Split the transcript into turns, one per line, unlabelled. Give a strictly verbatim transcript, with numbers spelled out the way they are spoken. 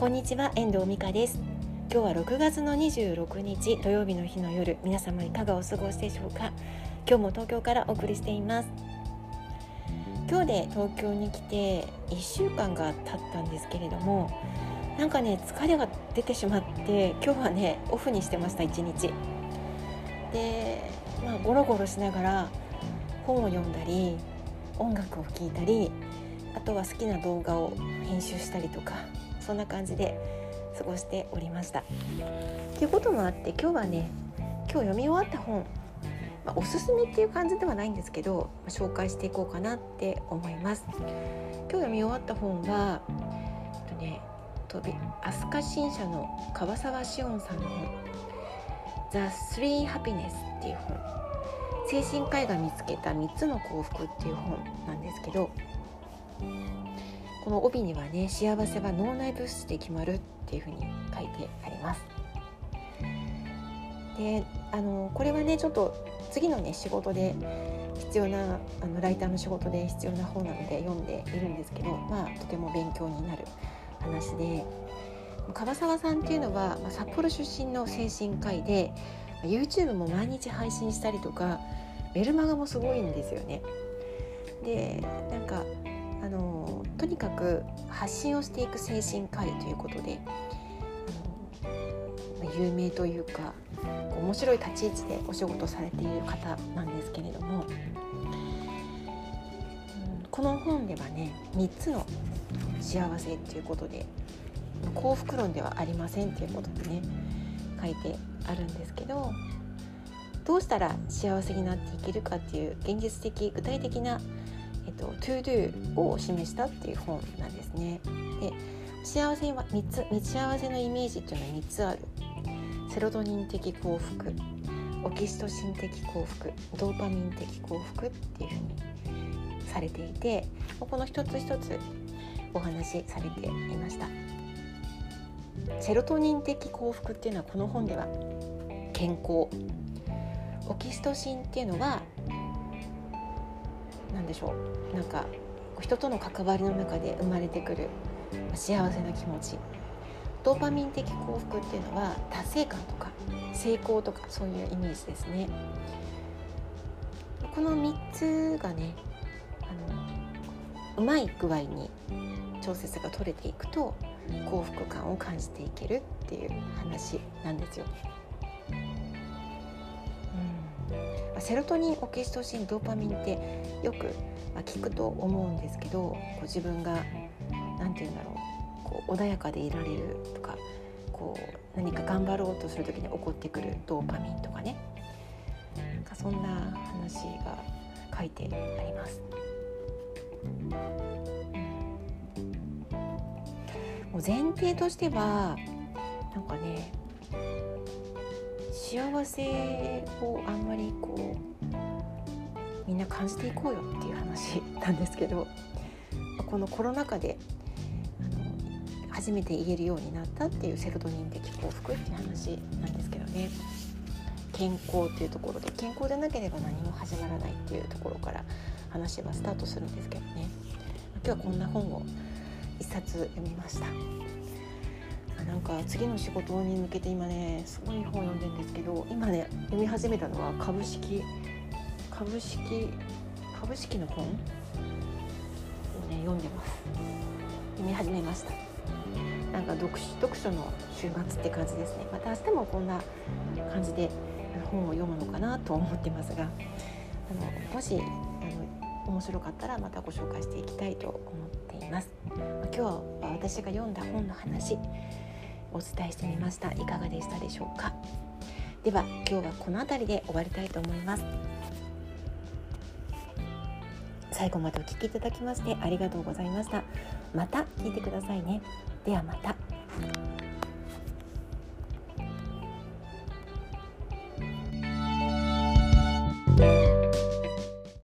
こんにちは、遠藤美香です。今日はろくがつのにじゅうろくにち土曜日の日の夜、皆様いかがお過ごしでしょうか。今日も東京からお送りしています。今日で東京に来ていっしゅうかんが経ったんですけれども、なんかね疲れが出てしまって、今日はねオフにしてました。いちにちで、まあ、ゴロゴロしながら本を読んだり音楽を聴いたり、あとは好きな動画を編集したりとか、そんな感じで過ごしておりました。ということもあって、今日はね今日読み終わった本、まあ、おすすめっていう感じではないんですけど、まあ、紹介していこうかなって思います。今日読み終わった本は、えっとね、飛び飛鳥新社の樺沢紫音さんの本 The Three Happiness っていう本、精神科医が見つけたみっつの幸福っていう本なんですけど、この帯にはね、幸せは脳内物質で決まるっていうふうに書いてあります。で、あのこれはねちょっと次のね仕事で必要なあのライターの仕事で必要な本なので読んでいるんですけど、まあとても勉強になる話で、樺沢さんっていうのは、まあ、札幌出身の精神科医で YouTube も毎日配信したりとか、メルマガもすごいんですよね。で、なんかあのとにかく発信をしていく精神科医ということで、あの有名というか面白い立ち位置でお仕事されている方なんですけれども、うん、この本ではねみっつの幸せということで、幸福論ではありませんということでね書いてあるんですけど、どうしたら幸せになっていけるかっていう現実的具体的なえっと、to do を示したっていう本なんですね。で、幸せはみっつ、幸せのイメージっていうのはみっつある。セロトニン的幸福、オキシトシン的幸福、ドーパミン的幸福っていうふうにされていて、この一つ一つお話しされていました。セロトニン的幸福っていうのはこの本では健康、オキシトシンっていうのはなんでしょう、なんか人との関わりの中で生まれてくる幸せな気持ち、ドーパミン的幸福っていうのは達成感とか成功とか、そういうイメージですね。このみっつがね、あのうまい具合に調節が取れていくと幸福感を感じていけるっていう話なんですよ。セロトニン、オキシトシン、ドーパミンってよく聞くと思うんですけど、こう自分がなんていうんだろう、こう穏やかでいられるとか、こう何か頑張ろうとするときに起こってくるドーパミンとかね、なんかそんな話が書いてあります。もう前提としてはなんかね、幸せをあんまりこうみんな感じていこうよっていう話なんですけど、このコロナ禍であの初めて言えるようになったっていうセロトニン的幸福っていう話なんですけどね。健康っていうところで、健康でなければ何も始まらないっていうところから話はスタートするんですけどね。今日はこんな本を一冊読みました。なんか次の仕事に向けて今ねすごい本を読んでるんですけど、今ね読み始めたのは株式株式株式の本をね読んでます。読み始めました。なんか読書、読書の週末って感じですね。また明日もこんな感じで本を読むのかなと思ってますが、あのもしあの面白かったらまたご紹介していきたいと思っています。今日は私が読んだ本の話お伝えしてみました。いかがでしたでしょうか。では今日はこの辺りで終わりたいと思います。最後までお聞きいただきましてありがとうございました。また聞いてくださいね。ではまた。